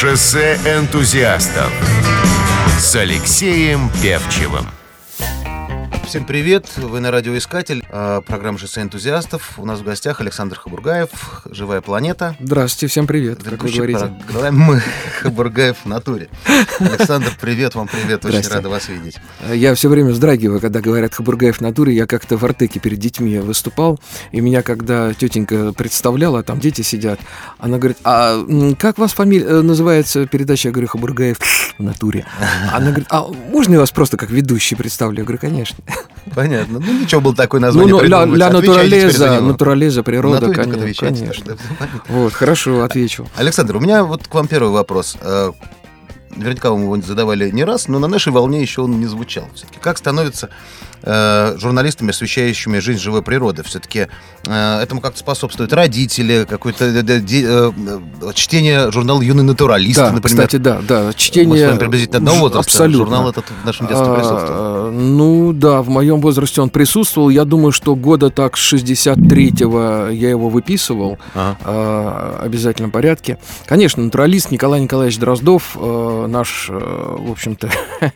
Шоссе энтузиастов с Алексеем Певчевым. Всем привет, вы на радиоискатель, программа «Шоссе энтузиастов». У нас в гостях Александр Хабургаев, «Живая планета». Здравствуйте, всем привет, как вы говорите. Мы Хабургаев в натуре. Александр, привет, вам привет, очень рада вас видеть. Я все время вздрагиваю, когда говорят Хабургаев в натуре. Я как-то в Артеке перед детьми выступал, и меня, когда тетенька представляла, там дети сидят, она говорит: а как у вас фамилия называется передача? Я говорю: Хабургаев в натуре. Она говорит: а можно я вас просто как ведущий представлю? Я говорю: конечно. Понятно. Ну, ничего, было такое название придумать. Ля натуралеза, природа, конечно. Вот, хорошо, отвечу. Александр, у меня вот к вам первый вопрос. Наверняка вы его задавали не раз, но на нашей волне еще он не звучал. Все-таки как становятся журналистами, освещающими жизнь живой природы? Все-таки этому как-то способствуют родители, какое-то чтение журнала «Юный натуралист», да, например. Кстати, да, чтение... Мы с вами приблизительно одного возраста. Абсолютно. Журнал этот в нашем детстве присутствовал. Ну да, в моем возрасте он присутствовал. Я думаю, что года так с 63-го я его выписывал в обязательном порядке. Конечно, натуралист Николай Николаевич Дроздов, наш, в общем-то,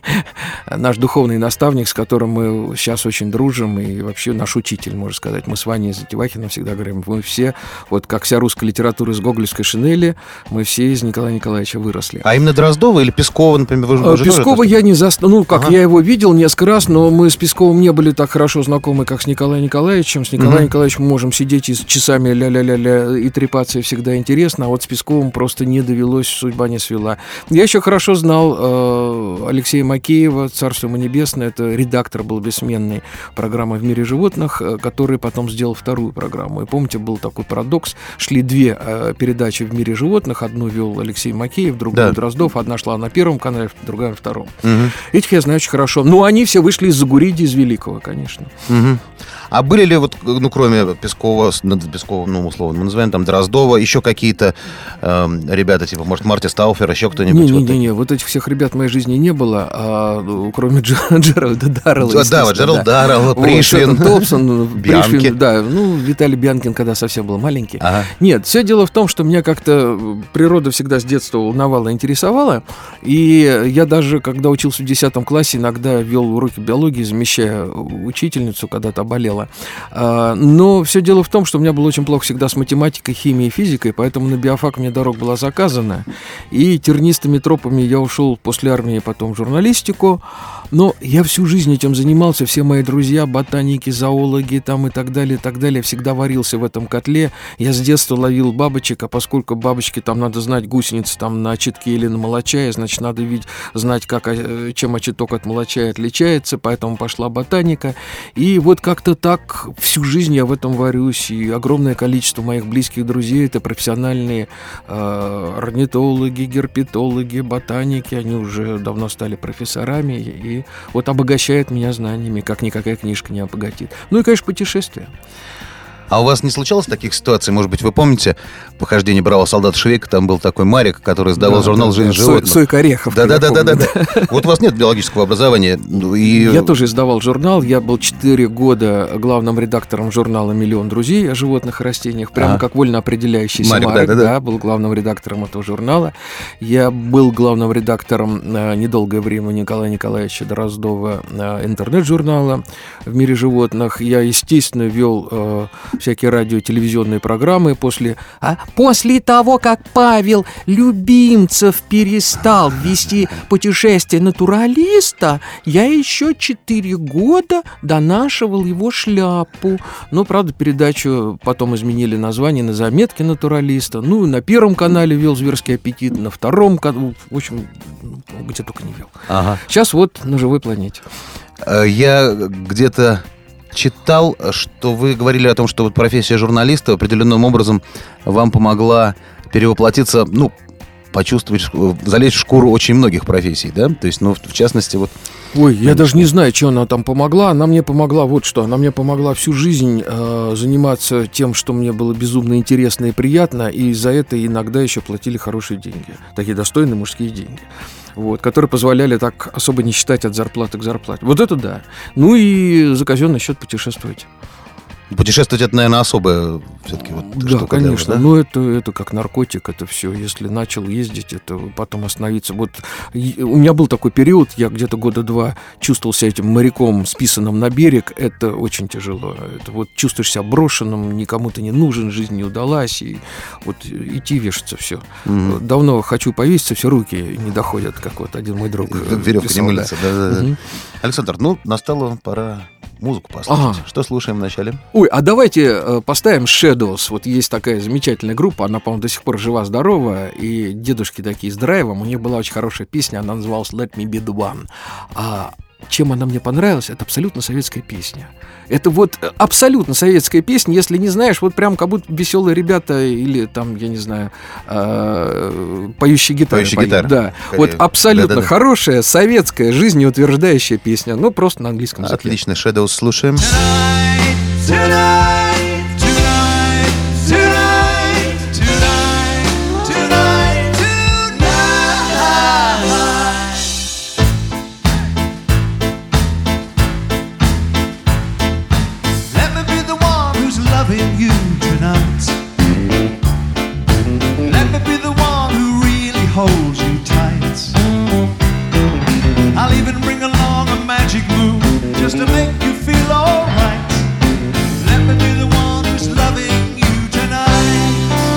наш духовный наставник, с которым мы сейчас очень дружим, и вообще наш учитель, можно сказать. Мы с Ваней Затевахиным всегда говорим: мы все, вот как вся русская литература из гоголевской шинели, мы все из Николая Николаевича выросли. А именно Дроздова или Пескова, например? Пескова я не застал. Ну, как я его видел несколько раз, но мы с Песковым не были так хорошо знакомы, как с Николаем Николаевичем. С Николаем Николаевичем мы можем сидеть и часами ля-ля-ля-ля и трепаться, и всегда интересно, а вот с Песковым просто не довелось, судьба не свела. Я еще хорошо знал Алексея Макеева, царство ему небесное, это редактор был бессменный программы «В мире животных», который потом сделал вторую программу. И помните, был такой парадокс, шли две передачи «В мире животных», одну вел Алексей Макеев, другую Дроздов, одна шла на Первом канале, другая на Втором. Этих я знаю очень хорошо. Ну, они все вышли из Загуриди, из Великого, конечно. А были ли, вот, ну, кроме Пескова, ну, условно, мы называем там Дроздова, еще какие-то ребята, типа, может, Марти Стауфер, еще кто-нибудь? Не, вот этих всех ребят в моей жизни не было, кроме Джеральда Даррелла. Да, Джеральд Даррелл, Пришвин, Томпсон, Бьянкин. Да, ну, Виталий Бьянкин, когда совсем был маленький. Нет, все дело в том, что меня как-то природа всегда с детства волновала, интересовала, и я даже, когда учился в 10 классе, иногда вел уроки биологии, замещая учительницу, когда та болела. Но все дело в том, что у меня было очень плохо всегда с математикой, химией, физикой, поэтому на биофак мне дорога была заказана, и тернистыми тропами я ушел после армии потом в журналистику. Но я всю жизнь этим занимался, все мои друзья, ботаники, зоологи там и так далее, всегда варился в этом котле. Я с детства ловил бабочек, а поскольку бабочки там надо знать, гусеницы там на очитке или на молочае, значит, надо знать, чем очиток от молочая отличается, поэтому пошла ботаника. И вот как-то так всю жизнь я в этом варюсь, и огромное количество моих близких друзей — это профессиональные орнитологи, герпетологи, ботаники, они уже давно стали профессорами, и вот обогащает меня знаниями, как никакая книжка не обогатит. Ну и, конечно, путешествия. А у вас не случалось таких ситуаций? Может быть, вы помните похождение бравого солдата Швейка? Там был такой Марик, который сдавал журнал «Жизнь животных». Сойка Орехов. Да. Вот у вас нет биологического образования. Я тоже издавал журнал. Я был 4 года главным редактором журнала «Миллион друзей» о животных и растениях. Прямо как вольно определяющийся Марик. Да, был главным редактором этого журнала. Я был главным редактором недолгое время Николая Николаевича Дроздова интернет-журнала «В мире животных». Я, естественно, вел всякие радио- и телевизионные программы после того, как Павел Любимцев перестал вести путешествие натуралиста, я еще 4 года донашивал его шляпу. Но, правда, передачу потом изменили название на «Заметки натуралиста». Ну, на Первом канале вел «Зверский аппетит», на Втором, в общем, где только не вел. Сейчас вот на «Живой планете». Я где-то читал, что вы говорили о том, что вот профессия журналиста определенным образом вам помогла перевоплотиться, ну, почувствовать, залезть в шкуру очень многих профессий, да? То есть, ну, в частности, вот... Ой, я даже не знаю, что она там помогла. Она мне помогла вот что. Она мне помогла всю жизнь заниматься тем, что мне было безумно интересно и приятно, и за это иногда еще платили хорошие деньги. Такие достойные мужские деньги. Вот, которые позволяли так особо не считать от зарплаты к зарплате. Вот это да. Ну и за казенный счет путешествовать. Путешествовать — это, наверное, особая все-таки вот Да, штука для вас, конечно. да? Но это как наркотик, это все. Если начал ездить, это потом остановиться. Вот у меня был такой период, я где-то года 2 чувствовал себя этим моряком, списанным на берег. Это очень тяжело. Это вот чувствуешь себя брошенным, никому ты не нужен, жизнь не удалась, и вот идти вешаться все. Давно хочу повеситься, все руки не доходят, как вот один мой друг Веревка не мылится. Да. Мгм. Александр, настала пора музыку послушать. Что слушаем вначале? Ой, а давайте поставим Shadows. Вот есть такая замечательная группа, она, по-моему, до сих пор жива-здорова, и дедушки такие с драйвом. У них была очень хорошая песня, она называлась «Let me be the one». А чем она мне понравилась, это абсолютно советская песня. Это вот абсолютно советская песня, если не знаешь, вот прям как будто веселые ребята или там, я не знаю, поющие гитары. Да, вот абсолютно хорошая, советская, жизнеутверждающая песня, но просто на английском языке. Отлично, Shadows слушаем. Hold you tight. I'll even bring along a magic moon just to make you feel alright. Let me be the one who's loving you tonight.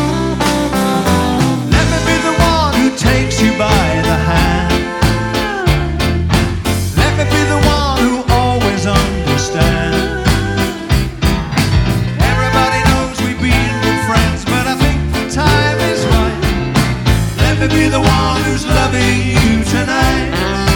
Let me be the one who takes you by the hand. Let me be the one who always understands. Everybody knows we've been good friends, but I think the time is right. Let me be the one who's loving you tonight.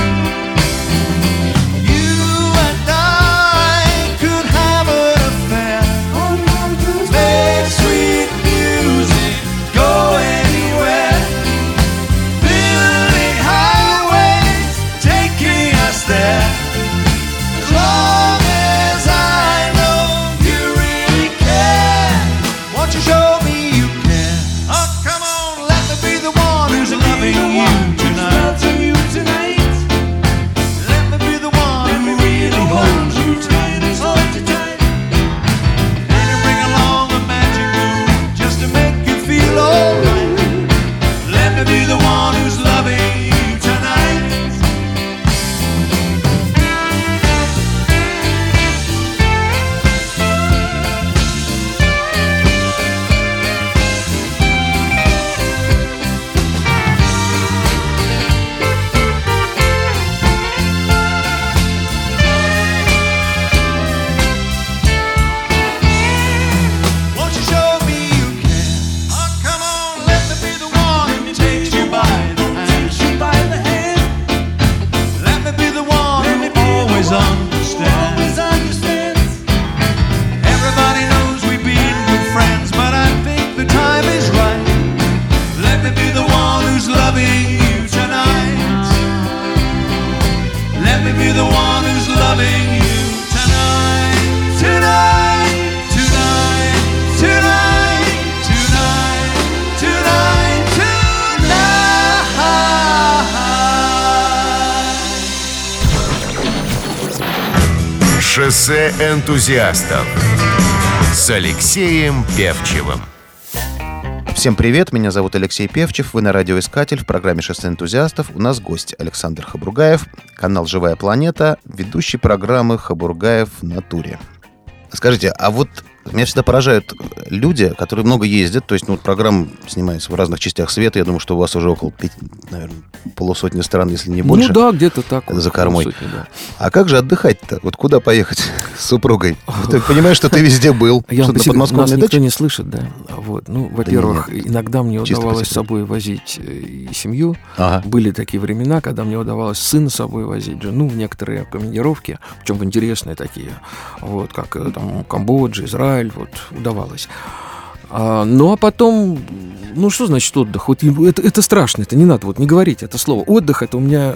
You and I could have an affair, make sweet music, go anywhere, building highways, taking us there. As long as I know you really care, won't you show me you care? Oh, come on, let me be the one who's loving you tonight. Let me be the one who really holds you tight. And you bring along a magic moon just to make you feel alright. Let me be the one who's loving you tonight. Won't you show me you care? Oh, come on, let me be the one who takes you by the hand. Let me be the one who always understands. Everybody knows we've been good friends, but I think the time is right. Let me be the one who's loving you tonight. Let me be the one who's loving you tonight. Tonight, tonight, tonight, tonight, tonight, tonight. Шоссе энтузиастов с Алексеем Певчевым. Всем привет, меня зовут Алексей Певчев, вы на радиоискатель в программе «Шоссе энтузиастов». У нас гость Александр Хабургаев, канал «Живая планета», ведущий программы «Хабургаев в натуре». Скажите, а вот меня всегда поражают люди, которые много ездят, то есть программа снимается в разных частях света, я думаю, что у вас уже около, наверное, полусотни стран, если не больше. Ну да, где-то так. За кормой. Полсотни, да. А как же отдыхать-то? Вот куда поехать с супругой? Ты понимаешь, что ты везде был. Я Что, вам на подмосковной нас никто даче? не слышит, да. Вот. Ну, во-первых, нет. иногда мне Чисто по удавалось с секрету. собой возить и семью. Ага. Были такие времена, когда мне удавалось сына с собой возить, жену в некоторые командировки, причем в интересные такие, вот, как там Камбоджа, Израиль, вот, удавалось. Ну, а потом, ну, что значит отдых? Вот это страшно, это не надо, вот не говорить это слово. Отдых, это у меня,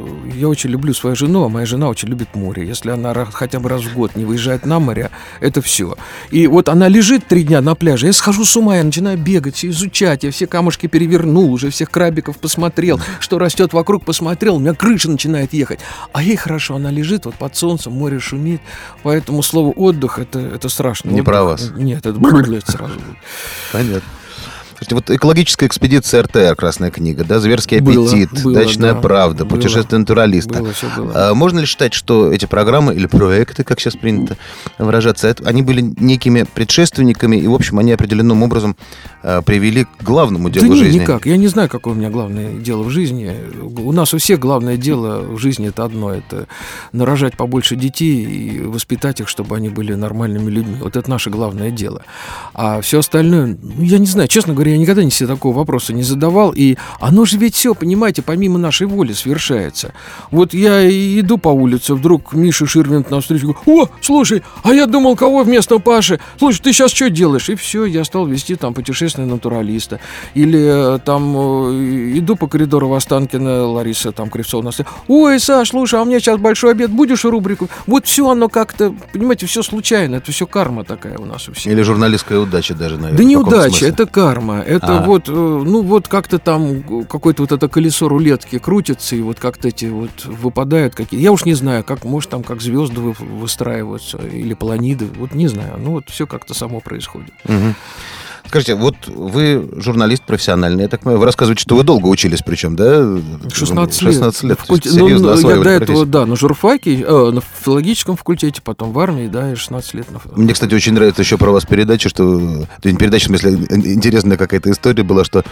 я очень люблю свою жену, а моя жена очень любит море. Если она хотя бы раз в год не выезжает на море, это все. И вот она лежит 3 дня на пляже, я схожу с ума, я начинаю бегать, все изучать, я все камушки перевернул, уже всех крабиков посмотрел, что растет вокруг, посмотрел, у меня крыша начинает ехать. А ей хорошо, она лежит вот под солнцем, море шумит, поэтому слово отдых, это страшно. Не про вас. Нет, это сразу. Понятно. Слушайте, вот экологическая экспедиция РТР, красная книга, да, «Зверский аппетит», было, «Дачная да, правда», было. «Путешествие натуралиста». Все было. Можно ли считать, что эти программы или проекты, как сейчас принято выражаться, они были некими предшественниками, и, в общем, они определенным образом привели к главному делу жизни? Никак. Я не знаю, какое у меня главное дело в жизни. У нас у всех главное дело в жизни это одно. Это нарожать побольше детей и воспитать их, чтобы они были нормальными людьми. Вот это наше главное дело. А все остальное, я не знаю, честно говоря, я никогда себе такого вопроса не задавал. И оно же ведь все, понимаете, помимо нашей воли совершается. Вот я иду по улице, вдруг Миша Ширвинт навстречу говорит: «О, слушай, а я думал, кого вместо Паши? Слушай, ты сейчас что делаешь?» И все, я стал вести там путешествие натуралиста. Или там иду по коридору Востанкина, Лариса там Кривцова нас: «Ой, Саш, слушай, а у меня сейчас большой обед, будешь рубрику?» Вот все оно как-то, понимаете, все случайно, это все карма такая у нас у всех. Или журналистская удача даже, наверное. Да не удача, это карма. Это вот, ну вот как-то там какое-то вот это колесо рулетки крутится, и вот как-то эти вот выпадают какие-то. Я уж не знаю, как, может, там как звезды выстраиваются, или планиды, вот не знаю. Ну вот все как-то само происходит. Угу. Скажите, вот вы журналист профессиональный, я так понимаю, вы рассказываете, что вы долго учились, причем, да? 16 лет. 16 лет. Серьезно я до этого, да, на журфаке, на филологическом факультете, потом в армии, да, и 16 лет. Мне, кстати, очень нравится еще про вас передача, что... Не передача, в смысле, интересная какая-то история была, что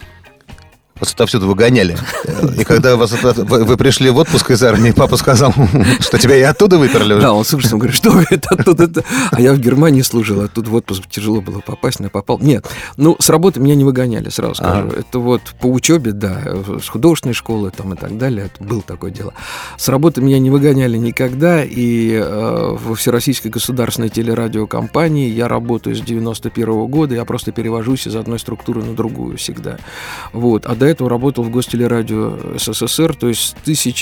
вас отовсюду выгоняли. И когда вы пришли в отпуск из армии, папа сказал, что тебя и оттуда выперли. Да, он слушай, он говорит, что это оттуда? А я в Германии служил, оттуда в отпуск тяжело было попасть, но я попал. Нет, ну, с работы меня не выгоняли, сразу скажу. Это вот по учебе, да, с художественной школы там и так далее, это было такое дело. С работы меня не выгоняли никогда, и во Всероссийской государственной телерадиокомпании я работаю с 91 года, я просто перевожусь из одной структуры на другую всегда. Вот, а до этого работал в Гостелерадио СССР, то есть с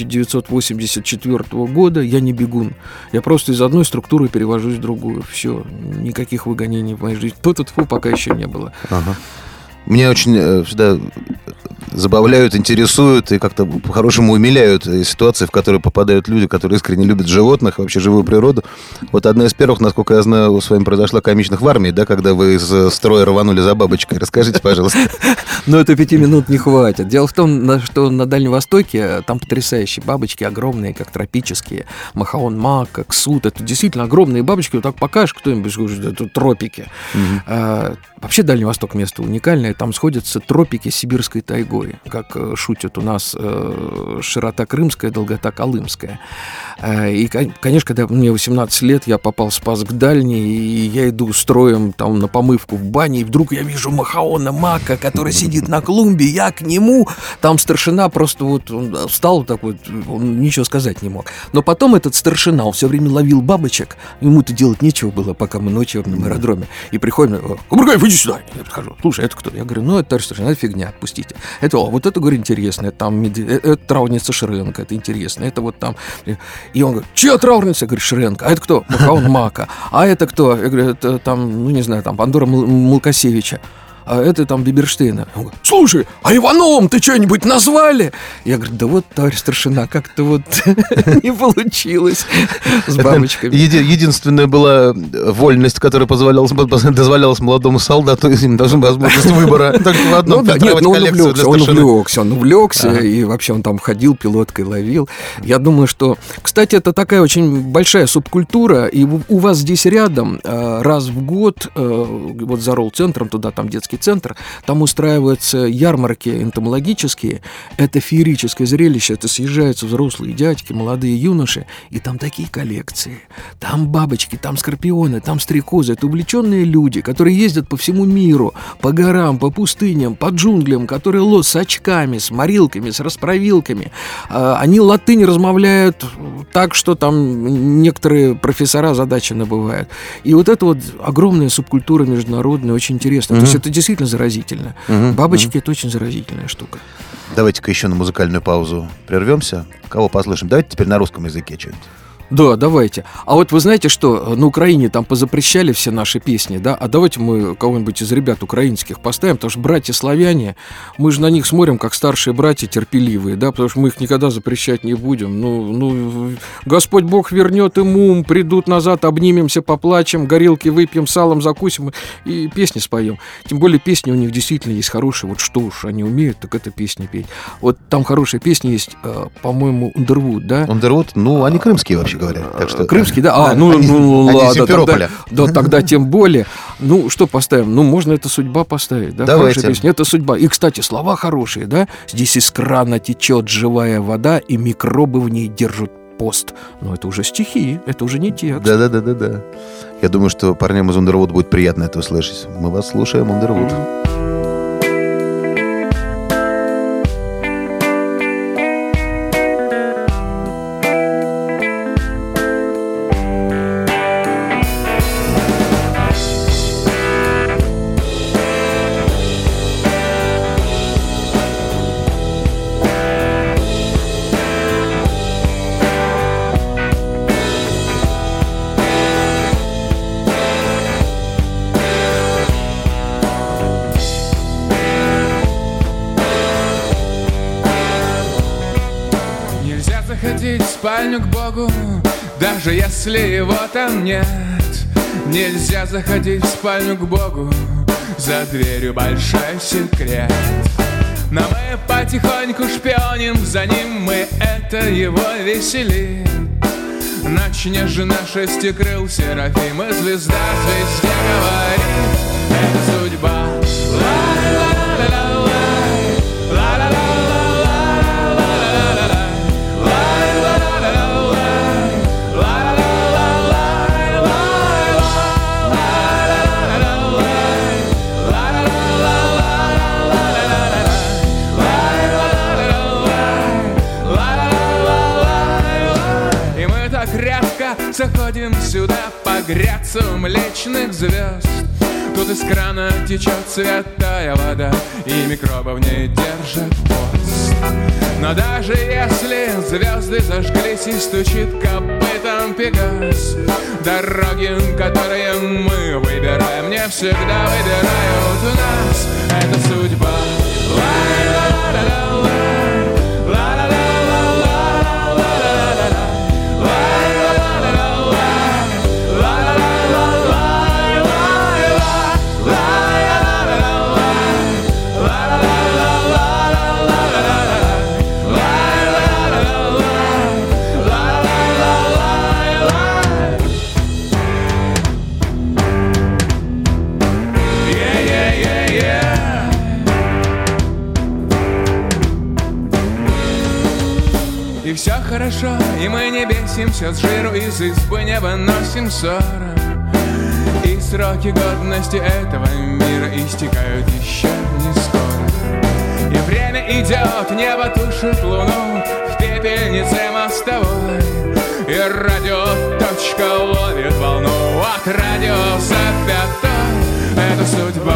1984 года я не бегун. Я просто из одной структуры перевожусь в другую. Все, никаких выгонений в моей жизни. Тьфу-тьфу, пока еще не было. Ага. Меня очень всегда забавляют, интересуют и как-то по-хорошему умиляют ситуации, в которые попадают люди, которые искренне любят животных, вообще живую природу. Вот одна из первых, насколько я знаю, с вами произошла комичных в армии, да, когда вы из строя рванули за бабочкой. Расскажите, пожалуйста. Но это 5 минут не хватит. Дело в том, что на Дальнем Востоке там потрясающие бабочки, огромные, как тропические. Махаон мак, как суд. Это действительно огромные бабочки. Вот так покажешь кто-нибудь, скажет, это тропики. Вообще Дальний Восток место уникальное. Там сходятся тропики с сибирской тайгой. Как шутят у нас, широта крымская, долгота колымская. И, конечно, когда мне 18 лет, я попал в Спасск-Дальний, и я иду строем там на помывку в бане, и вдруг я вижу Махаона мака, который сидит на клумбе, я к нему, там старшина просто вот он встал вот так вот, он ничего сказать не мог. Но потом этот старшина, он все время ловил бабочек, ему-то делать нечего было, пока мы ночью на аэродроме. И приходим, Кубргаев, иди сюда. Я подхожу, слушай, это кто? Я говорю, ну, это товарищ старшина, это фигня, отпустите. Это, вот это, говорю, интересно, это там, это травница Шренка, это интересно, это вот там. И он говорит, чья травница? Я говорю, Шренка. А это кто? Махаон мака. А это кто? Я говорю, это там, ну, не знаю, там, Бандура Мулкасевича. А это там Биберштейна. Он говорит, слушай, а Ивановым ты что-нибудь назвали? Я говорю, да вот, товарищ старшина, как-то вот не получилось с бабочками. Единственная была вольность, которая дозволялась молодому солдату, им должна была возможность выбора только в одном. Нет, ну он увлекся, и вообще он там ходил, пилоткой ловил. Я думаю, что... Кстати, это такая очень большая субкультура, и у вас здесь рядом раз в год, вот за ролл-центром, туда там детский центр, там устраиваются ярмарки энтомологические, это феерическое зрелище, это съезжаются взрослые дядьки, молодые юноши, и там такие коллекции, там бабочки, там скорпионы, там стрекозы, это увлеченные люди, которые ездят по всему миру, по горам, по пустыням, по джунглям, которые с очками, с морилками, с расправилками, они латынь размовляют так, что там некоторые профессора озадачены бывают. И вот это вот огромная субкультура международная, очень интересная. То есть это действительно заразительно. Бабочки — это очень заразительная штука. Давайте-ка еще на музыкальную паузу прервемся. Кого послушаем? Давайте теперь на русском языке что-нибудь. Да, давайте. А вот вы знаете, что на Украине там позапрещали все наши песни, да? А давайте мы кого-нибудь из ребят украинских поставим, потому что братья-славяне, мы же на них смотрим, как старшие братья терпеливые, да? Потому что мы их никогда запрещать не будем. Ну, Господь Бог вернет им ум, придут назад, обнимемся, поплачем, горилки выпьем, салом закусим и песни споем. Тем более песни у них действительно есть хорошие. Вот что уж они умеют, так это песни петь. Вот там хорошая песня есть, по-моему, Underwood, да? Underwood, ну, они крымские вообще. Так что, крымский, да? ладно. Тогда тем более. Ну, что поставим? Ну, можно «Это судьба» поставить, да? Давайте. Хорошая песня, «Это судьба». И, кстати, слова хорошие, да? Здесь из крана течет живая вода, и микробы в ней держат пост. Но это уже стихи, это уже не текст. Да. Я думаю, что парням из Underwood будет приятно это услышать. Мы вас слушаем, Underwood. Заходить в спальню к Богу, даже если его там нет. Нельзя заходить в спальню к Богу, за дверью большой секрет. Но мы потихоньку шпионим за ним, мы это его веселит. Ночь нежна, шестикрыл Серафим, и звезда звезде говорит: это судьба. Заходим сюда погреться у Млечных звезд. Тут из крана течет святая вода, и микробы в ней держат пост. Но даже если звезды зажглись и стучит копытом Пегас, дороги, которые мы выбираем, не всегда выбирают нас. Это судьба. И все хорошо, и мы не бесимся с жиру, из избы не выносим ссора. И сроки годности этого мира истекают еще не скоро. И время идет, небо тушит луну в пепельнице мостовой. И радиоточка ловит волну от радиуса пятой. Это судьба.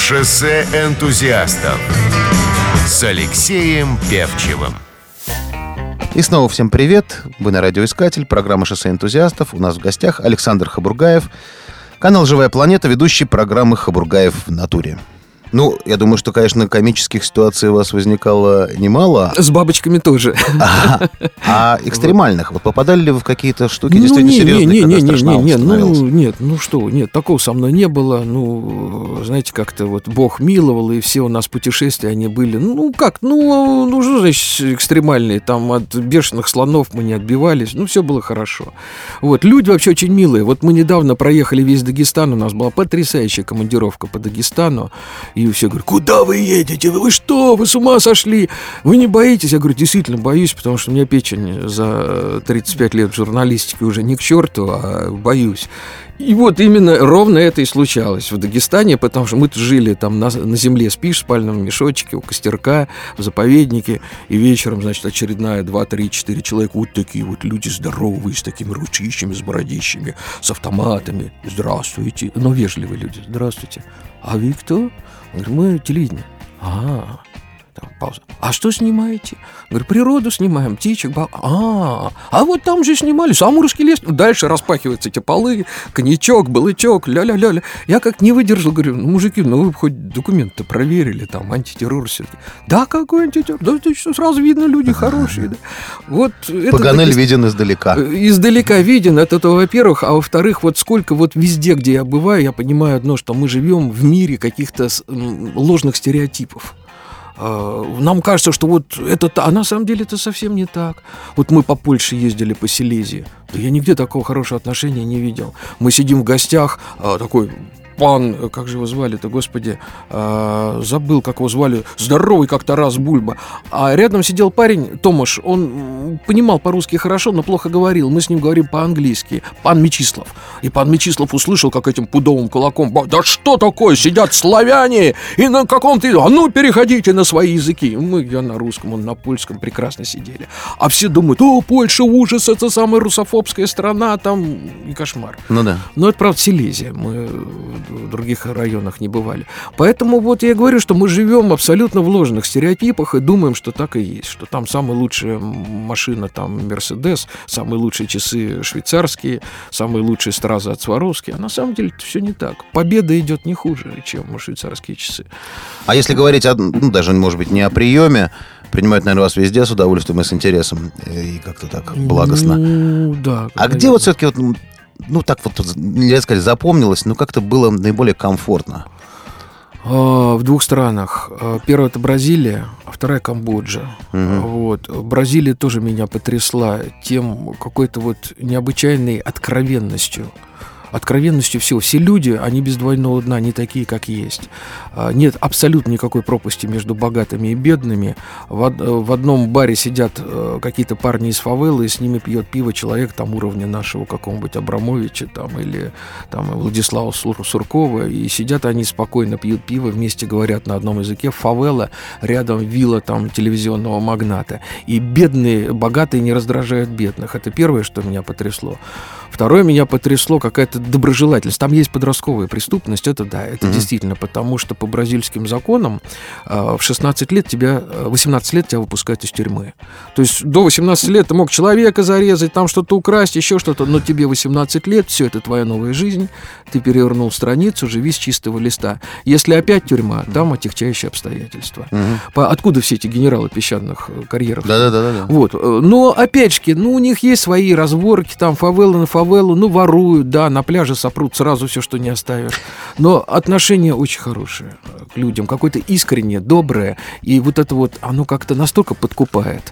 Шоссе энтузиастов с Алексеем Певчевым. И снова всем привет. Вы на радиоискатель, программа «Шоссе энтузиастов». У нас в гостях Александр Хабургаев, канал «Живая планета», ведущий программы «Хабургаев в натуре». Ну, я думаю, что, конечно, комических ситуаций у вас возникало немало. С бабочками тоже. А экстремальных? Вот попадали ли вы в какие-то штуки действительно серьезные, когда страшно становилось? Нет, нет, такого со мной не было. Ну, знаете, как-то вот Бог миловал, и все у нас путешествия, они были, что значит экстремальные? Там от бешеных слонов мы не отбивались, все было хорошо. Вот, люди вообще очень милые. Вот мы недавно проехали весь Дагестан, у нас была потрясающая командировка по Дагестану. И все говорят: куда вы едете? Вы что? Вы с ума сошли? Вы не боитесь? Я говорю: действительно боюсь, потому что у меня печень за 35 лет в журналистике уже не к черту, а боюсь. И вот именно ровно это и случалось в Дагестане, потому что мы жили там на земле, спишь в спальном мешочке, у костерка, в заповеднике, и вечером, значит, очередная 2, 3, 4 человека, вот такие вот люди здоровые, с такими ручищами, с бородищами, с автоматами. Здравствуйте. Но вежливые люди. Здравствуйте. А вы кто? Говорю: мы телевидение. Там пауза. А что снимаете? Говорю: природу снимаем, птичек. А вот там же снимали Самурский лес. Дальше распахиваются эти полы, коньячок, балычок, ля-ля-ля. Я как не выдержал, говорю: мужики, вы бы хоть документы проверили, там, антитеррор все-таки. Да, какой антитеррор? Да, что сразу видно, люди хорошие. Да. Вот Паганель виден издалека. Издалека виден, это во-первых. А во-вторых, вот сколько вот везде, где я бываю, я понимаю одно, что мы живем в мире каких-то ложных стереотипов. Нам кажется, что вот это... А на самом деле это совсем не так. Вот мы по Польше ездили, по Силезии. Да я нигде такого хорошего отношения не видел. Мы сидим в гостях, такой... Пан, как же его звали-то, господи, забыл, как его звали, здоровый как Тарас Бульба. А рядом сидел парень, Томаш, он понимал по-русски хорошо, но плохо говорил. Мы с ним говорим по-английски. Пан Мечислав. И пан Мечислав услышал, как этим пудовым кулаком: да что такое, сидят славяне, и на каком-то... А ну, переходите на свои языки. Я на русском, он на польском прекрасно сидели. А все думают: о, Польша, ужас, это самая русофобская страна, там и кошмар. Ну да. Но это, правда, Силезия. Мы в других районах не бывали. Поэтому вот я говорю, что мы живем абсолютно в ложных стереотипах и думаем, что так и есть, что там самая лучшая машина, там, Мерседес, самые лучшие часы швейцарские, самые лучшие стразы от Сваровски. А на самом деле это все не так. Победа идет не хуже, чем швейцарские часы. А если говорить, даже, может быть, не о приеме, принимают, наверное, вас везде с удовольствием и с интересом, и как-то так благостно. Да. А где вот все-таки так вот, нельзя сказать, запомнилось, но как-то было наиболее комфортно? В двух странах. Первая — это Бразилия, а вторая — Камбоджа. Вот. Бразилия тоже меня потрясла тем какой-то вот необычайной откровенностью. Откровенностью всего. Все люди, они без двойного дна, не такие, как есть. Нет абсолютно никакой пропасти между богатыми и бедными. В одном баре сидят какие-то парни из фавелы, и с ними пьет пиво человек там уровня нашего какого-нибудь Абрамовича там, или там, Владислава Суркова, и сидят они спокойно, пьют пиво, вместе говорят на одном языке. Фавела, рядом вилла там телевизионного магната. И бедные, богатые не раздражают бедных. Это первое, что меня потрясло. Второе, меня потрясло какая-то доброжелательность. Там есть подростковая преступность, это да, это действительно, потому что по бразильским законам в 18 лет тебя выпускают из тюрьмы. То есть до 18 лет ты мог человека зарезать, там что-то украсть, еще что-то, но тебе 18 лет, все, это твоя новая жизнь, ты перевернул страницу, живи с чистого листа. Если опять тюрьма, там отягчающие обстоятельства. Откуда все эти генералы песчаных карьеров? Да. Вот. Но опять же, у них есть свои разборки, там фавелы на фавелу, воруют, да, на пляже сопрут сразу все, что не оставишь. Но отношение очень хорошее к людям, какое-то искреннее, доброе. И вот это вот, оно как-то настолько подкупает,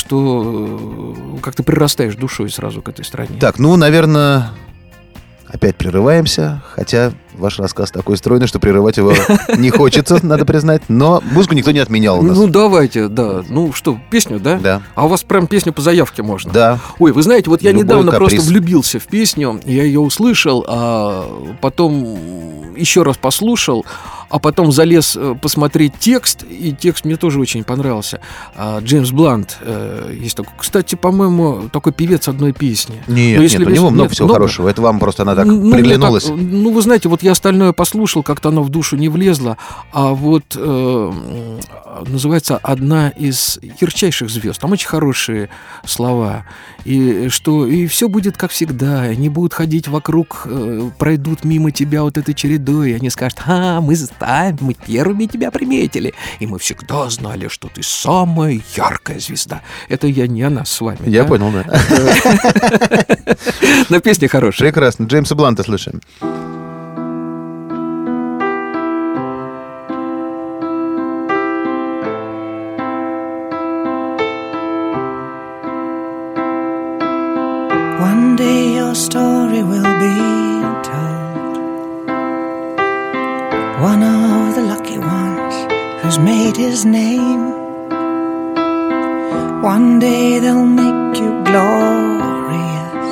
что как-то прирастаешь душой сразу к этой стране. Так, наверное, опять прерываемся, хотя ваш рассказ такой стройный, что прерывать его не хочется, надо признать, но музыку никто не отменял у нас. Давайте, да. Что, песню, да? Да. А у вас прям песню по заявке можно? Да. Ой, вы знаете, вот я недавно каприз. просто влюбился в песню, я ее услышал, а потом еще раз послушал, а потом залез посмотреть текст, и текст мне тоже очень понравился. Джеймс Блант есть такой. Кстати, по-моему, такой певец одной песни. Нет, у него много всего хорошего. Это вам просто она так приглянулась. Вы знаете, вот я остальное послушал, как-то оно в душу не влезло, а вот называется «Одна из ярчайших звезд». Там очень хорошие слова. И все будет как всегда. Они будут ходить вокруг, пройдут мимо тебя вот этой чередой. И они скажут: мы первыми тебя приметили. И мы всегда знали, что ты самая яркая звезда. Это я не о нас с вами. Я понял, да. Но песня хорошая. Прекрасно. Джеймса Бланта слышим. One day your story will be told. One of the lucky ones who's made his name. One day they'll make you glorious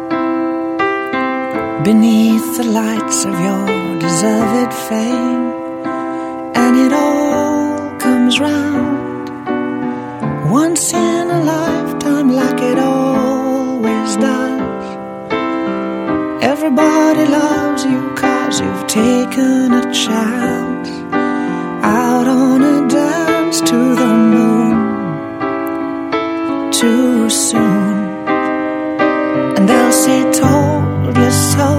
beneath the lights of your deserved fame. And it all comes round once in a lifetime, like it always does. Everybody loves you 'cause you've taken a chance out on a dance to the moon too soon. And they'll say, told you so.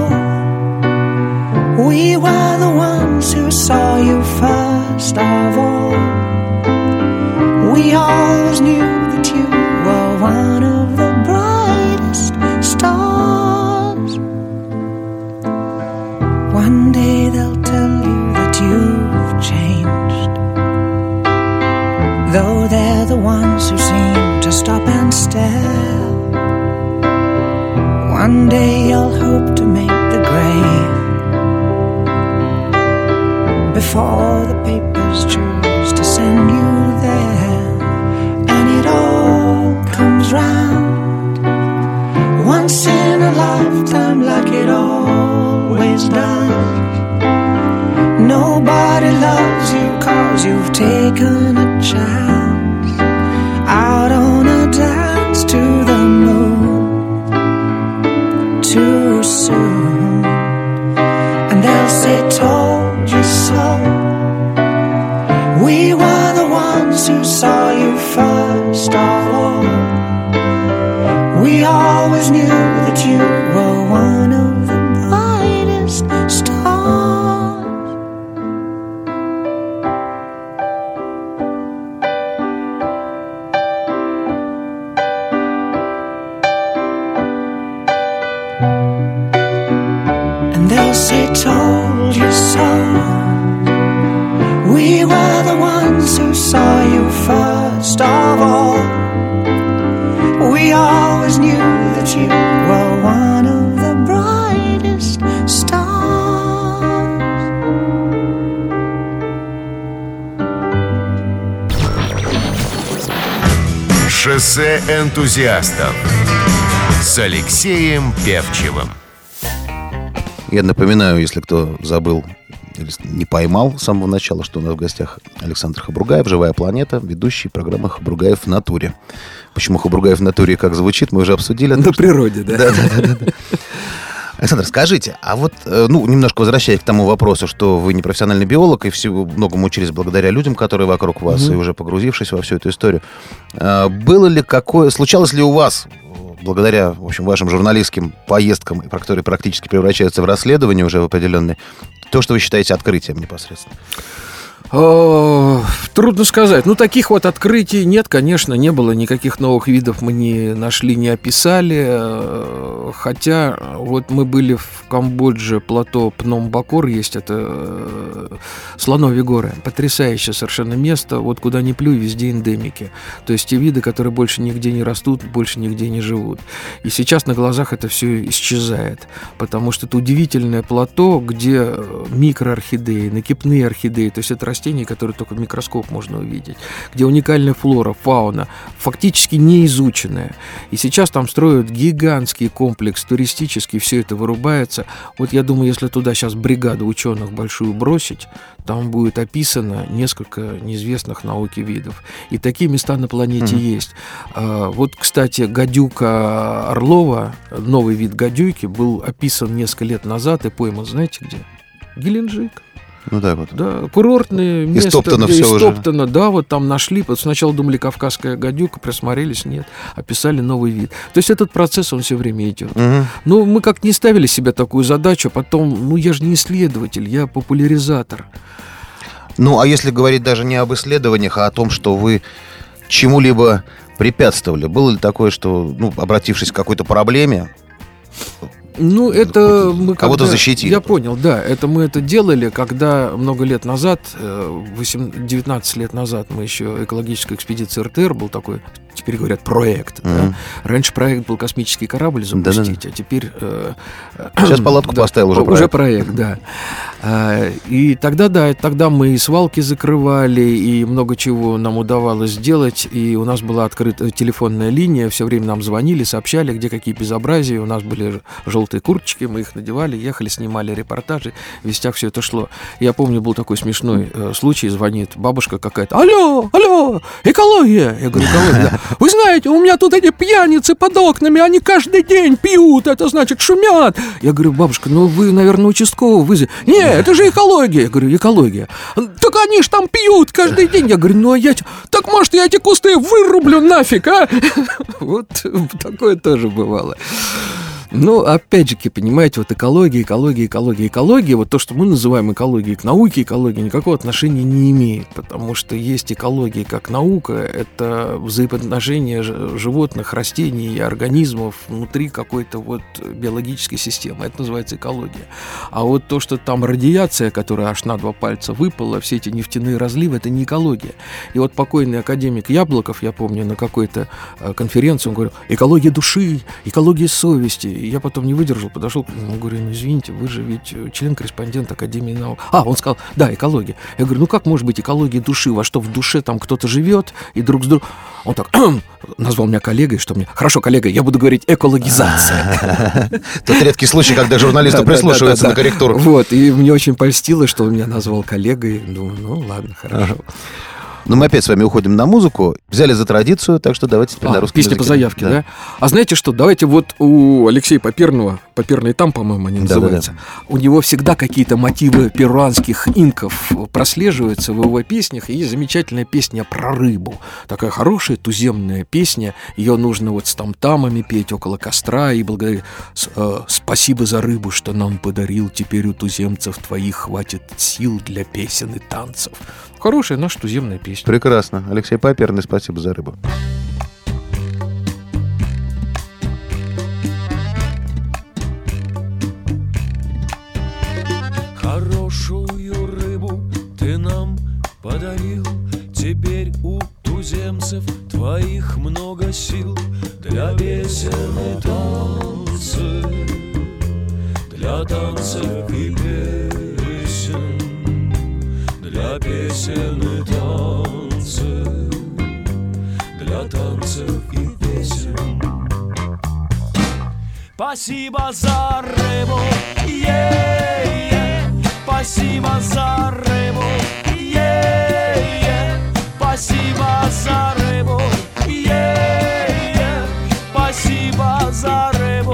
We were the ones who saw you first of all. We always knew that you were one of the brightest stars. One day they'll tell you that you've changed, though they're the ones who seem to stop and stare. One day you'll hope to make the grave before the papers choose to send you there. And it all comes round once in a lifetime, like it always does. Nobody loves you 'cause you've taken a chance out on a dance to the moon too soon. And they'll say, told you so. We were the ones who saw you first of all. We always knew that you were one of the brightest stars. And they'll say, told you so. We were the ones who saw you first of all. We always knew that you were one of the brightest stars. Шоссе энтузиастов с Алексеем Певчевым. Я напоминаю, если кто забыл или не поймал с самого начала, что у нас в гостях Александр Хабругаев, «Живая планета», ведущий программы «Хабругаев в натуре». Почему «Хабругаев в натуре» как звучит, мы уже обсудили. На природе, да. Да. Александр, скажите, а вот, немножко возвращаясь к тому вопросу, что вы не профессиональный биолог, и всего многому учились благодаря людям, которые вокруг вас, и уже погрузившись во всю эту историю, случалось ли у вас, благодаря, в общем, вашим журналистским поездкам, которые практически превращаются в расследование уже в определенные, то, что вы считаете открытием непосредственно? Трудно сказать. Таких вот открытий нет, конечно, не было. Никаких новых видов мы не нашли, не описали. Хотя вот мы были в Камбодже, плато Пном-Бакор есть, это слоновьи горы. Потрясающее совершенно место. Вот куда ни плюй, везде эндемики. То есть те виды, которые больше нигде не растут, больше нигде не живут. И сейчас на глазах это все исчезает. Потому что это удивительное плато, где микроорхидеи, накипные орхидеи, то есть это растения, растений, которые только в микроскоп можно увидеть, где уникальная флора, фауна, фактически не изученная. И сейчас там строят гигантский комплекс туристический, все это вырубается. Вот я думаю, если туда сейчас бригаду ученых большую бросить, там будет описано несколько неизвестных науке видов. И такие места на планете есть. Вот, кстати, гадюка Орлова, новый вид гадюки, был описан несколько лет назад и пойман, знаете где? Геленджик. Ну да, вот. Да, курортное место, Истоптано где все истоптано, да, вот там нашли. Вот сначала думали, кавказская гадюка, присмотрелись, нет, описали новый вид. То есть этот процесс, он все время идет. Ну, мы как не ставили себе такую задачу, а потом, ну, я же не исследователь, я популяризатор. Ну, а если говорить даже не об исследованиях, а о том, что вы чему-либо препятствовали, было ли такое, что, ну, обратившись к какой-то проблеме, ну, это мы кого-то защитили? Я понял, да. Это мы это делали, когда много лет назад, 19 лет назад, мы еще экологическая экспедиция РТР был такой, теперь говорят, проект. Да? Раньше проект был космический корабль запустить, а теперь... Сейчас палатку поставил уже проект. Уже проект, да. И тогда, да, тогда мы и свалки закрывали, и много чего нам удавалось сделать, и у нас была открыта телефонная линия, все время нам звонили, сообщали, где какие безобразия, у нас были желтые курточки, мы их надевали, ехали, снимали репортажи, в вестях все это шло. Я помню, был такой смешной случай, звонит бабушка какая-то: алло, экология. Я говорю, экология, да. Вы знаете, у меня тут эти пьяницы под окнами, они каждый день пьют, это значит шумят. Я говорю, бабушка, ну вы, наверное, участкового вызовете. Нет, это же экология. Я говорю, экология. Так они ж там пьют каждый день. Я говорю, ну а я... Так может я эти кусты вырублю нафиг, а? Вот такое тоже бывало. Ну, опять же, понимаете, вот экология, вот то, что мы называем экологией, к науке экология никакого отношения не имеет, потому что есть экология как наука, это взаимоотношения животных, растений и организмов внутри какой-то вот биологической системы, это называется экология. А вот то, что там радиация, которая аж на 2 пальца выпала, все эти нефтяные разливы, это не экология. И вот покойный академик Яблоков, я помню, на какой-то конференции, он говорил, экология души, экология совести. И я потом не выдержал, подошел к нему, говорю, ну извините, вы же ведь член-корреспондент Академии наук. Он сказал, да, экология. Я говорю, ну как может быть экология души? Во что в душе там кто-то живет и друг с другом... Он так назвал меня коллегой, что мне... Хорошо, коллега, я буду говорить экологизация. Тот редкий случай, когда журналисты прислушиваются на корректуру. Вот, и мне очень польстило, что он меня назвал коллегой. Думаю, ну ладно, хорошо. Но мы опять с вами уходим на музыку. Взяли за традицию, так что давайте теперь на русском языке. Песня по заявке, да? А знаете что, давайте вот у Алексея Паперного, Паперный там, по-моему, они называются, у него всегда какие-то мотивы перуанских инков прослеживаются в его песнях, и есть замечательная песня про рыбу. Такая хорошая туземная песня, ее нужно вот с там-тамами петь около костра и благодарить. Спасибо за рыбу, что нам подарил, теперь у туземцев твоих хватит сил для песен и танцев. Хорошая наша туземная песня. Прекрасно. Алексей Паперный, спасибо за рыбу. Хорошую рыбу ты нам подарил, теперь у туземцев твоих много сил для песен и танцев, для танцев и песен. Для песен и танцев, для танцев и песен. Спасибо за рыбу, спасибо за рыбу, спасибо за рыбу, спасибо за рыбу.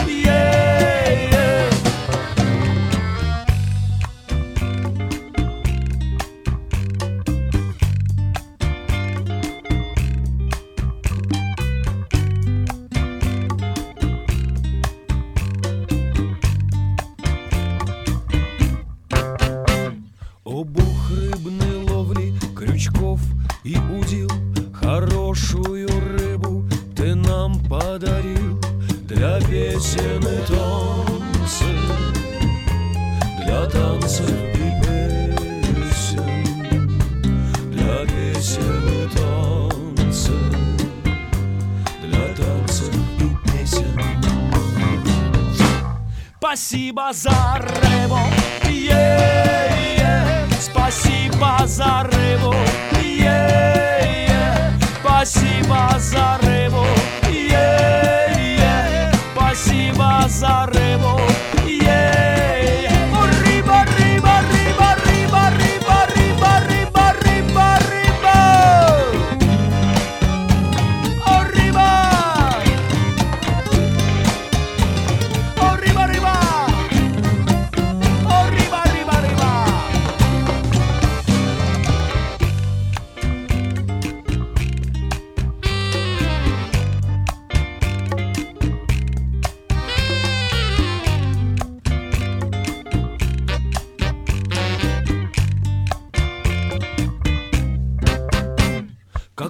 Обух рыбной ловли, крючков и удил, хорошую рыбу ты нам подарил для песен и танцев, для танцев и песен, для песен и танцев, для танцев и песен. Спасибо за рыбу, спасибо за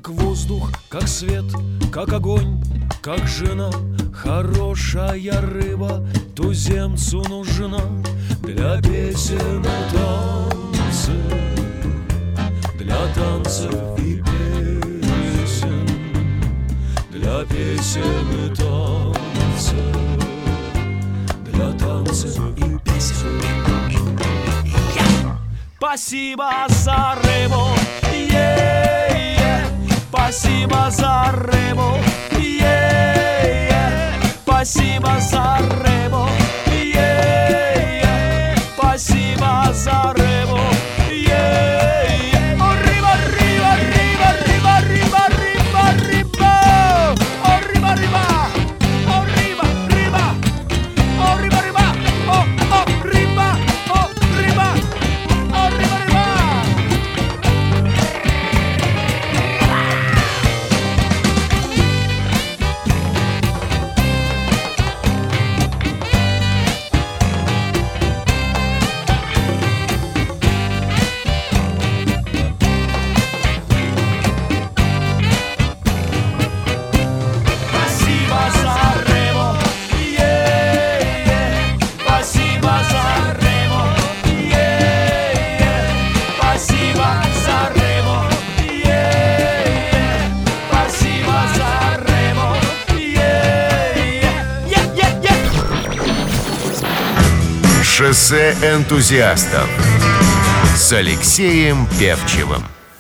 как воздух, как свет, как огонь, как жена. Хорошая рыба туземцу нужна для песен и танцев, для танцев и песен, для песен и танцев, для танцев и песен. Спасибо за рыбу, спасибо за рыбу, спасибо за рыбу, спасибо за рыбу. О, рыба, рыба, рыба, рыба, рыба, рыба, рыба. О, рыба, рыба, о, рыба, рыба, о, рыба, рыба, о, рыба, о, рыба, о, рыба, рыба. Шоссе энтузиастов с Алексеем Певчевым.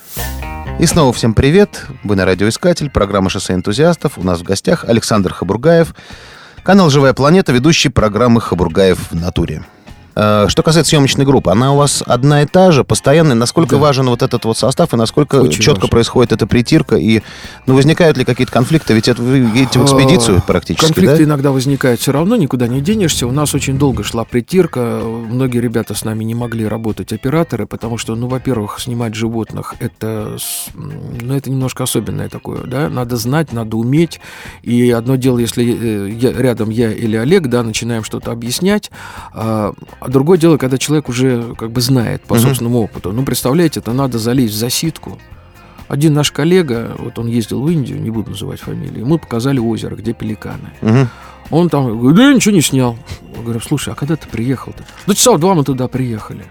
И снова всем привет. Вы на радиоискатель, программа «Шоссе энтузиастов». У нас в гостях Александр Хабургаев, канал «Живая планета», ведущий программы «Хабургаев в натуре». Что касается съемочной группы, она у вас одна и та же, постоянная. Насколько важен вот этот вот состав и насколько очень четко важно происходит эта притирка? И возникают ли какие-то конфликты? Ведь это вы едете в экспедицию практически, конфликты, да? иногда возникают все равно, никуда не денешься. У нас очень долго шла притирка. Многие ребята с нами не могли работать, операторы, потому что, во-первых, снимать животных это немножко особенное такое, да? Надо знать, надо уметь. И одно дело, если рядом я или Олег, да, начинаем что-то объяснять, а другое дело, когда человек уже как бы знает по собственному опыту. Представляете, это надо залезть в засидку. Один наш коллега, вот он ездил в Индию, не буду называть фамилию, ему показали озеро, где пеликаны. Он там говорит, да я ничего не снял. Я говорю, слушай, а когда ты приехал-то? Да часа в 2 мы туда приехали.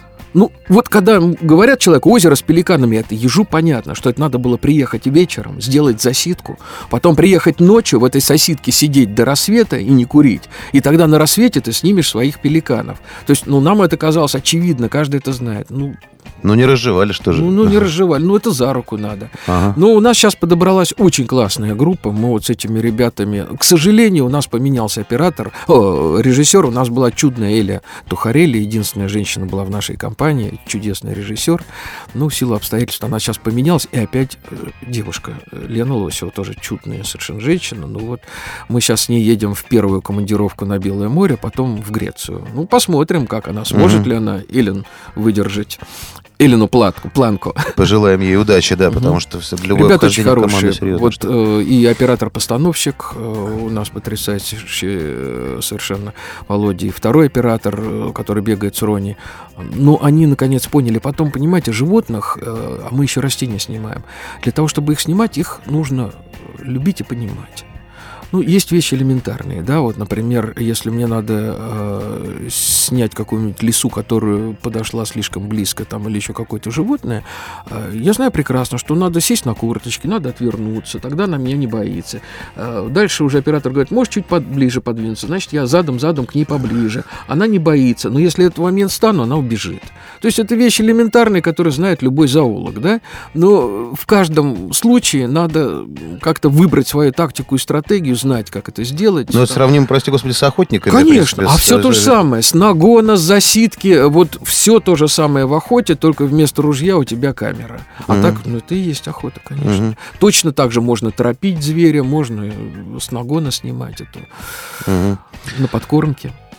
Вот когда говорят человеку озеро с пеликанами, это ежу понятно, что это надо было приехать вечером, сделать засидку, потом приехать ночью в этой засидке сидеть до рассвета и не курить. И тогда на рассвете ты снимешь своих пеликанов. То есть, нам это казалось очевидно, каждый это знает. Не разжевали, что же? Не разжевали, это за руку надо. Ага. Но у нас сейчас подобралась очень классная группа, мы вот с этими ребятами... К сожалению, у нас поменялся режиссер, у нас была чудная Эля Тухарели, единственная женщина была в нашей компании, чудесный режиссер. В силу обстоятельств она сейчас поменялась, и опять девушка Лена Лосева, тоже чудная совершенно женщина. Мы сейчас с ней едем в первую командировку на Белое море, потом в Грецию. Посмотрим, как она, сможет ли она Элен выдержать. Элену планку. Пожелаем ей удачи, да, потому что любое ребята очень хорошие. Серьезно. И оператор-постановщик у нас потрясающий совершенно Володя, и второй оператор, который бегает с Рони. Они наконец поняли. Потом, понимаете, животных, а мы еще растения снимаем. Для того, чтобы их снимать, их нужно любить и понимать. Есть вещи элементарные, да, например, если мне надо снять какую-нибудь лису, которая подошла слишком близко, или еще какое-то животное, я знаю прекрасно, что надо сесть на корточки, надо отвернуться, тогда она меня не боится. Дальше уже оператор говорит, можешь чуть ближе подвинуться, значит, я задом к ней поближе. Она не боится, но если этот момент стану, она убежит. То есть это вещи элементарные, которые знает любой зоолог, да, но в каждом случае надо как-то выбрать свою тактику и стратегию, знать, как это сделать. Но это сравнимо, прости господи, с охотниками. Конечно, все то же самое. С нагона, с засидки, все то же самое в охоте, только вместо ружья у тебя камера. А так, это и есть охота, конечно. Точно так же можно торопить зверя, можно с нагона снимать это на подкормке.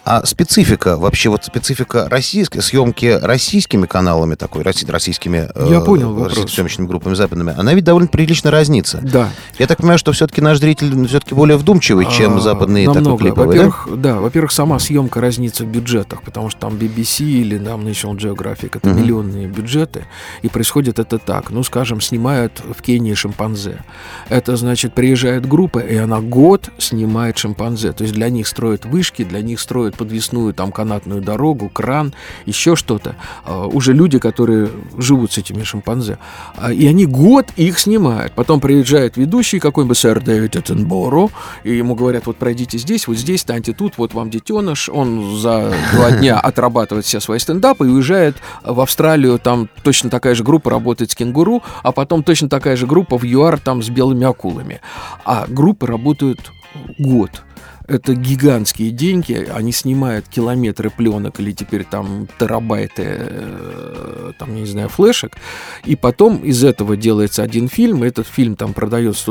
А специфика, вообще вот специфика российской съемки российскими каналами такой, российскими Я понял вопрос. съемочными группами западными, она ведь довольно прилично разнится. Да. Я так понимаю, что все-таки наш зритель все-таки более вдумчивый, чем западные такие клиповые, Во-первых, сама съемка разнится в бюджетах, потому что там BBC или там National Geographic, это миллионные бюджеты, и происходит это так. Ну, скажем, снимают в Кении шимпанзе. Это значит, приезжает группа, и она год снимает шимпанзе. То есть для них строят вышки, для них строят подвесную там канатную дорогу, кран, еще что-то. Уже люди, которые живут с этими шимпанзе. И они год их снимают. Потом приезжает ведущий, какой-нибудь сэр Дэвид Эттенборо, и ему говорят, вот пройдите здесь, вот здесь, станьте тут, вот вам детеныш. Он за 2 дня отрабатывает все свои стендапы и уезжает в Австралию. Там точно такая же группа работает с кенгуру, а потом точно такая же группа в ЮАР там с белыми акулами. А группы работают год. Это гигантские деньги, они снимают километры пленок или теперь там терабайты, там, не знаю, флешек, и потом из этого делается один фильм, и этот фильм там продается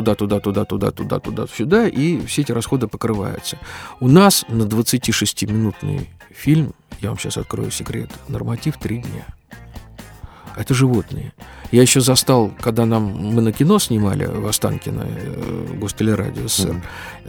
туда-сюда, и все эти расходы покрываются. У нас на 26-минутный фильм, я вам сейчас открою секрет, норматив 3 дня. Это животные. Я еще застал, когда мы на кино снимали в Останкино, Гостелерадио СССР,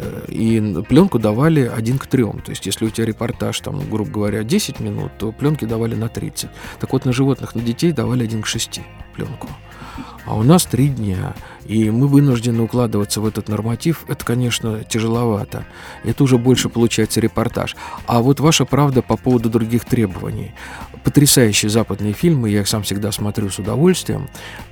и пленку давали 1 к 3. То есть, если у тебя репортаж, там, грубо говоря, 10 минут, то пленки давали на 30. Так вот, на животных, на детей давали 1 к 6 пленку. А у нас 3 дня, и мы вынуждены укладываться в этот норматив. Это, конечно, тяжеловато. Это уже больше получается репортаж. А вот ваша правда по поводу других требований. Потрясающие западные фильмы, я их сам всегда смотрю с удовольствием.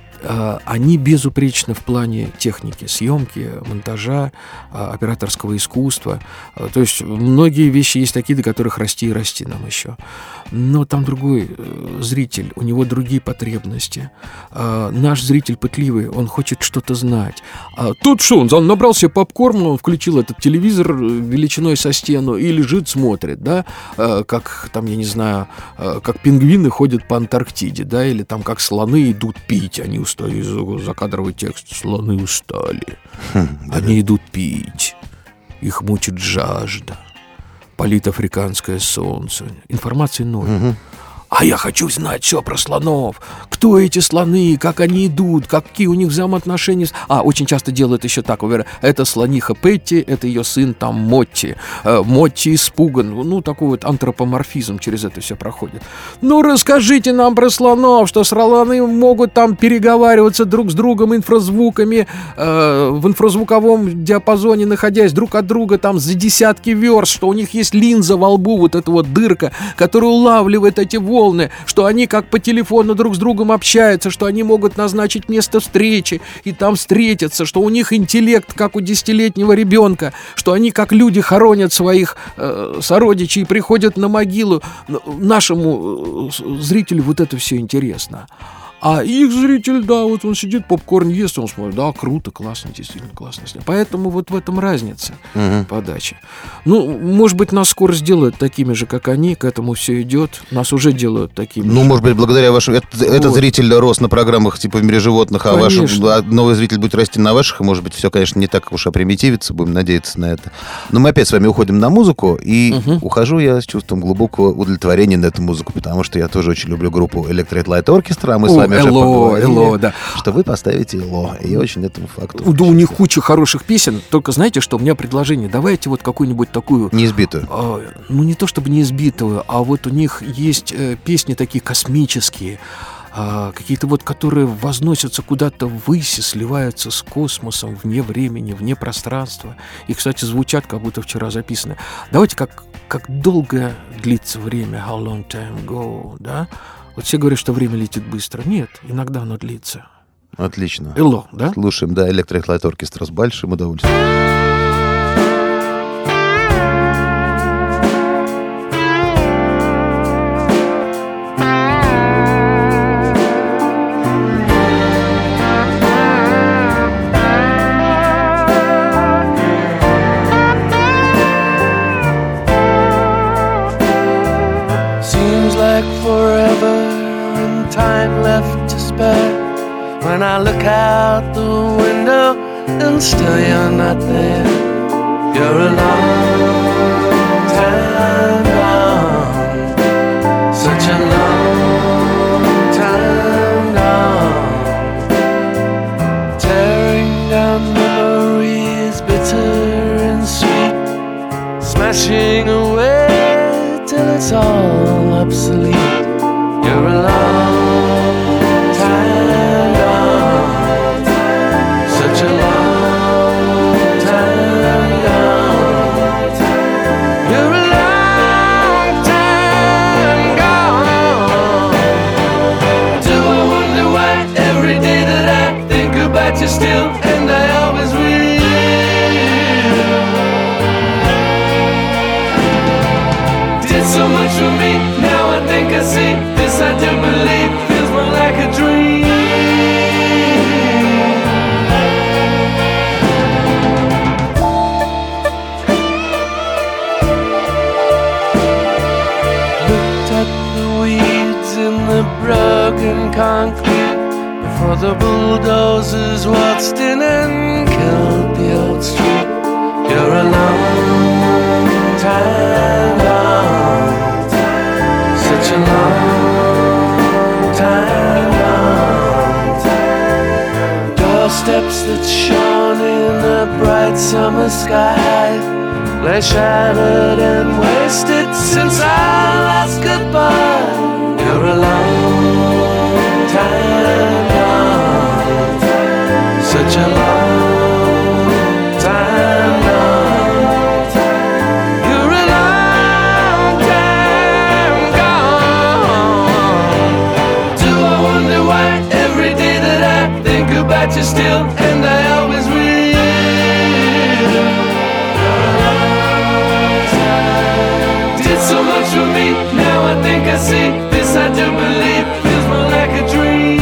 Они безупречны в плане техники, съемки, монтажа, операторского искусства. То есть многие вещи есть такие, до которых расти и расти нам еще. Но там другой зритель, у него другие потребности. Наш зритель пытливый, он хочет что-то знать. Тут что, он набрал себе попкорн, он включил этот телевизор величиной со стену и лежит, смотрит, да, как там, я не знаю, как пингвины ходят по Антарктиде, да, или там как слоны идут пить, они устали, закадровый текст, слоны устали, они идут пить, их мучит жажда. Палит африканское солнце. Информации ноль. А я хочу знать все про слонов. Кто эти слоны, как они идут, какие у них взаимоотношения. Очень часто делают еще так. Это слониха Петти, это ее сын там Мотти. Мотти испуган. Ну, такой вот антропоморфизм через это все проходит. Ну, расскажите нам про слонов, что слоны могут там переговариваться друг с другом инфразвуками, в инфразвуковом диапазоне, находясь друг от друга там за десятки верст, что у них есть линза во лбу, вот эта вот дырка, которая улавливает эти волны, что они как по телефону друг с другом общаются, что они могут назначить место встречи и там встретиться, что у них интеллект, как у 10-летнего ребенка, что они как люди хоронят своих сородичей и приходят на могилу. Нашему зрителю вот это все интересно. А их зритель, да, вот он сидит, попкорн ест, он смотрит, да, круто, классно, действительно классно. Поэтому вот в этом разница подачи. Ну, может быть, нас скоро сделают такими же, как они, к этому все идет. Нас уже делают такими же. Может быть, благодаря вашему... Этот зритель рос на программах типа «В мире животных», а ваш новый зритель будет расти на ваших, и, может быть, все, конечно, не так уж опримитивится, будем надеяться на это. Но мы опять с вами уходим на музыку, и ухожу я с чувством глубокого удовлетворения на эту музыку, потому что я тоже очень люблю группу Electric Light Orchestra, а мы с вами Эло, да. Что вы поставите Эло. И я очень этому факту. Да, у них куча хороших песен. Только знаете, что у меня предложение. Давайте вот какую-нибудь такую... Неизбитую. Ну, не то чтобы неизбитую, а вот у них есть песни такие космические, какие-то вот, которые возносятся куда-то ввысь и сливаются с космосом, вне времени, вне пространства. И, кстати, звучат, как будто вчера записаны. Давайте как долго длится время, how long time go, да? Вот все говорят, что время летит быстро. Нет, иногда оно длится. Отлично. Эло, да? Слушаем, да, Electric Light Orchestra с большим удовольствием. When I look out the window and still you're not there. You're a long time gone. you still, and I always will. Did so much for me, now I think I see. This I do believe, feels more like a dream. Looked at the weeds in the broken concrete before the bulldozers waltzed in and killed the old street. You're a long time gone, such a long time gone. Doorsteps that shone in a bright summer sky lay shattered and wasted since I last goodbye. You're a long time gone, such a long time gone. You're a long time gone. Do I wonder why every day that I think about you still, and I always will. Did so much for me, now I think I see. This I do believe, feels more like a dream.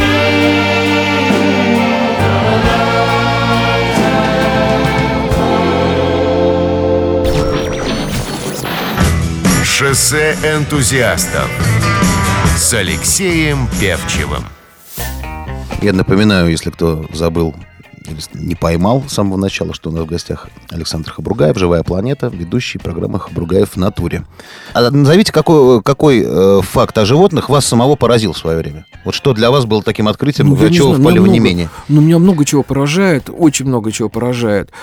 Шоссе энтузиастов с Алексеем Певчевым. Я напоминаю, если кто забыл или не поймал с самого начала, что у нас в гостях Александр Хабругаев, «Живая планета», ведущий программы «Хабругаев в натуре». А назовите, какой факт о животных вас самого поразил в свое время? Вот что для вас было таким открытием, от чего впали в онемение? Меня много чего поражает, очень много чего поражает.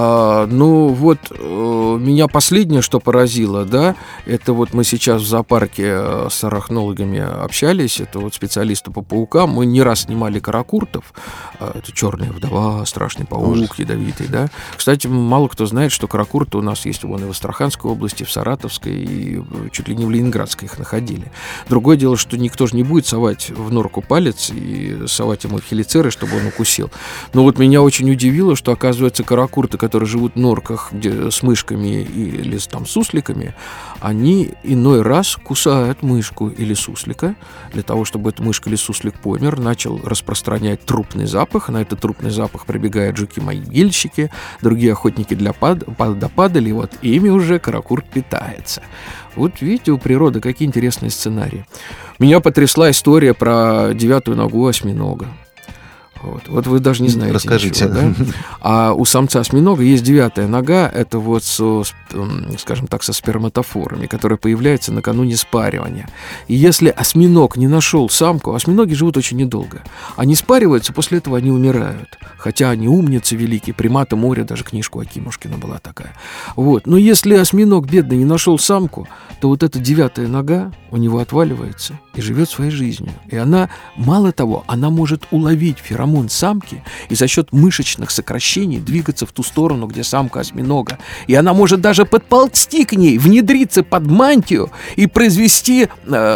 Меня последнее, что поразило, да, это вот мы сейчас в зоопарке с арахнологами общались, это вот специалисты по паукам, мы не раз снимали каракуртов, это черная вдова, страшный паук, ядовитый, да. Кстати, мало кто знает, что каракурты у нас есть вон и в Астраханской области, в Саратовской, и чуть ли не в Ленинградской их находили. Другое дело, что никто же не будет совать в норку палец и совать ему хелицеры, чтобы он укусил. Но вот меня очень удивило, что, оказывается, каракурты, которые живут в норках с мышками или там сусликами, они иной раз кусают мышку или суслика для того, чтобы эта мышка или суслик помер, начал распространять трупный запах. На этот трупный запах прибегают жуки-могильщики, другие охотники до падали, вот ими уже каракурт питается. Вот видите, у природы какие интересные сценарии. Меня потрясла история про 9-ю ногу осьминога. Вот вы даже не знаете. Расскажите. Ничего, да? А у самца осьминога есть 9-я нога, это вот скажем так, со сперматофорами, которые появляются накануне спаривания. И если осьминог не нашел самку, осьминоги живут очень недолго. Они спариваются, после этого они умирают. Хотя они умницы великие, приматы моря, даже книжка у Акимушкина была такая. Вот. Но если осьминог бедный не нашел самку, то вот эта 9-я нога у него отваливается и живет своей жизнью. И она, мало того, она может уловить феромон самки и за счет мышечных сокращений двигаться в ту сторону, где самка осьминога. И она может даже подползти к ней, внедриться под мантию и произвести,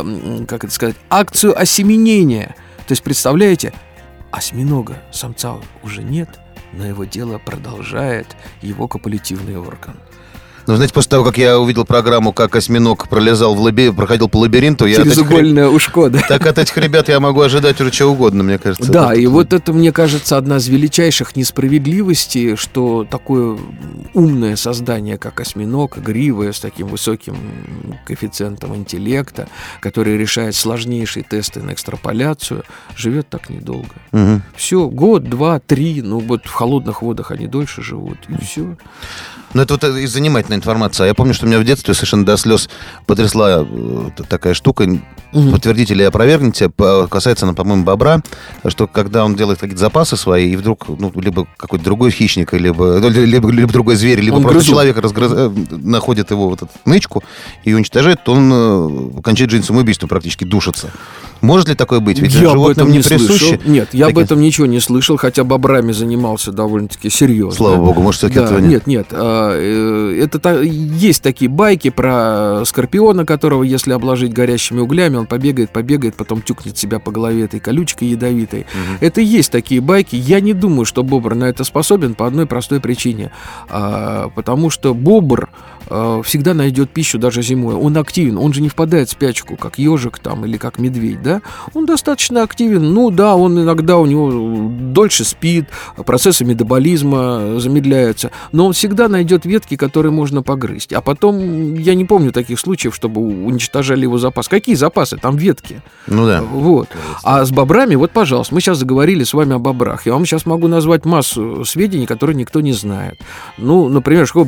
акцию осеменения. То есть, представляете, осьминога, самца уже нет, но его дело продолжает его копулятивный орган. Ну, знаете, после того, как я увидел программу, как осьминог проходил по лабиринту... Через угольное ушко, да? Так от этих ребят я могу ожидать уже чего угодно, мне кажется. Да, и вот это, мне кажется, одна из величайших несправедливостей, что такое умное создание, как осьминог, игривое, с таким высоким коэффициентом интеллекта, который решает сложнейшие тесты на экстраполяцию, живет так недолго. Угу. Все, год, два, три, вот в холодных водах они дольше живут, и все. Ну, это вот и занимательная информация. Я помню, что меня в детстве совершенно до слез потрясла такая штука. Подтвердите или опровергните, касается она, по-моему, бобра, что когда он делает какие-то запасы свои, и вдруг, либо какой-то другой хищник, либо другой зверь, либо он просто человек находит его вот эту нычку и уничтожает, то он кончает жизнь самоубийством, практически душится. Может ли такое быть? Ведь я животным не присуще. Нет, я об этом ничего не слышал, хотя бобрами занимался довольно-таки серьезно. Слава богу, может, все-таки этого нет. Нет. Есть такие байки про скорпиона, которого, если обложить горящими углями, он побегает, потом тюкнет себя по голове этой колючкой ядовитой. Это есть такие байки. Я не думаю, что бобр на это способен по одной простой причине. Потому что бобр всегда найдет пищу даже зимой. Он активен, он же не впадает в спячку, как ежик там или как медведь, да? Он достаточно активен. Ну да, он иногда у него дольше спит, процессы метаболизма замедляются, но он всегда найдет ветки, которые можно погрызть. А потом, я не помню таких случаев, чтобы уничтожали его запас. Какие запасы? Там ветки. Ну да. Вот. А с бобрами, вот, пожалуйста, мы сейчас заговорили с вами о бобрах. Я вам сейчас могу назвать массу сведений, которые никто не знает. Ну, например, что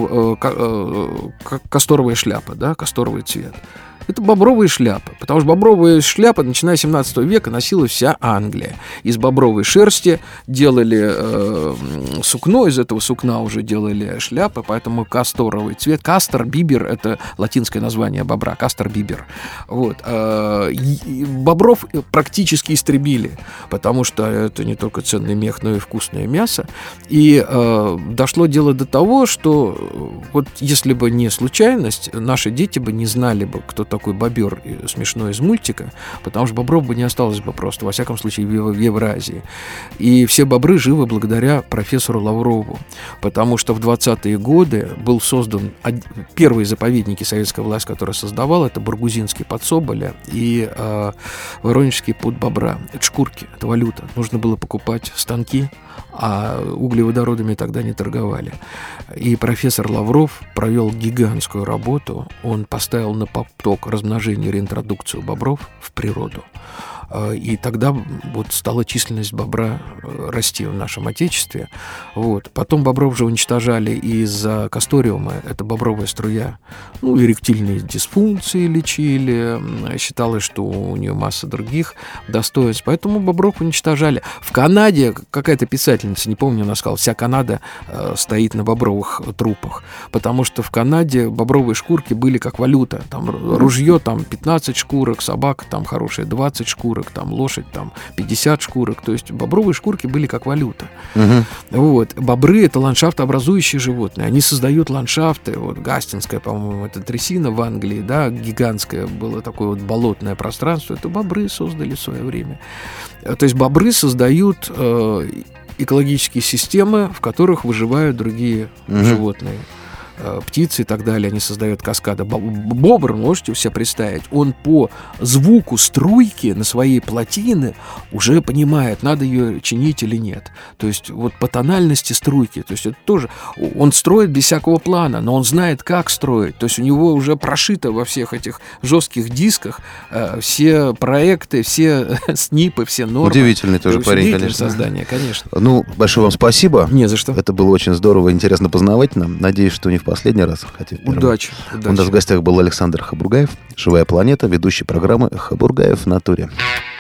касторовая шляпа, да, касторовый цвет. Это бобровые шляпы, потому что бобровые шляпы, начиная с 17 века, носила вся Англия. Из бобровой шерсти делали сукно, из этого сукна уже делали шляпы, поэтому касторовый цвет. Кастор бибер — это латинское название бобра, кастор бибер. Вот. Бобров практически истребили, потому что это не только ценный мех, но и вкусное мясо. И дошло дело до того, что вот если бы не случайность, наши дети бы не знали бы, кто такой бобер смешной из мультика, потому что бобров бы не осталось бы просто, во всяком случае, в Евразии. И все бобры живы благодаря профессору Лаврову, потому что в 20-е годы был создан первые заповедники, советская власть, которая создавала, это Баргузинский под Соболя и Воронежский под Бобра. Это шкурки, это валюта. Нужно было покупать станки, а углеводородами тогда не торговали. И профессор Лавров провел гигантскую работу. Он поставил на поток размножение и реинтродукцию бобров в природу. И тогда вот стала численность бобра расти в нашем Отечестве. Вот. Потом бобров же уничтожали из-за касториума. Это бобровая струя. Ну, эректильные дисфункции лечили. Считалось, что у нее масса других достоинств. Поэтому бобров уничтожали. В Канаде какая-то писательница, не помню, она сказала, вся Канада стоит на бобровых трупах. Потому что в Канаде бобровые шкурки были как валюта. Там ружье, там 15 шкурок, собака там хорошая, 20 шкурок, там лошадь, там 50 шкурок. То есть бобровые шкурки были как валюта. Вот. Бобры — это ландшафтообразующие животные. Они создают ландшафты. Вот Гастингская, по-моему, это трясина в Англии, да, гигантское было такое вот болотное пространство. Это бобры создали в свое время. То есть бобры создают экологические системы, в которых выживают другие животные. Птицы и так далее, они создают каскады. Бобр, можете себе представить, он по звуку струйки на своей плотине уже понимает, надо ее чинить или нет. То есть вот по тональности струйки, то есть это тоже, он строит без всякого плана, но он знает, как строить. То есть у него уже прошито во всех этих жестких дисках все проекты, все снипы, все нормы. Удивительный тоже парень, конечно. Создание, конечно. Ну, большое вам спасибо. Не за что. Это было очень здорово, интересно, познавательно. Надеюсь, что не в последний раз, хотя в первый. Удачи. У нас в гостях был Александр Хабургаев, «Живая планета», ведущий программы «Хабургаев в натуре».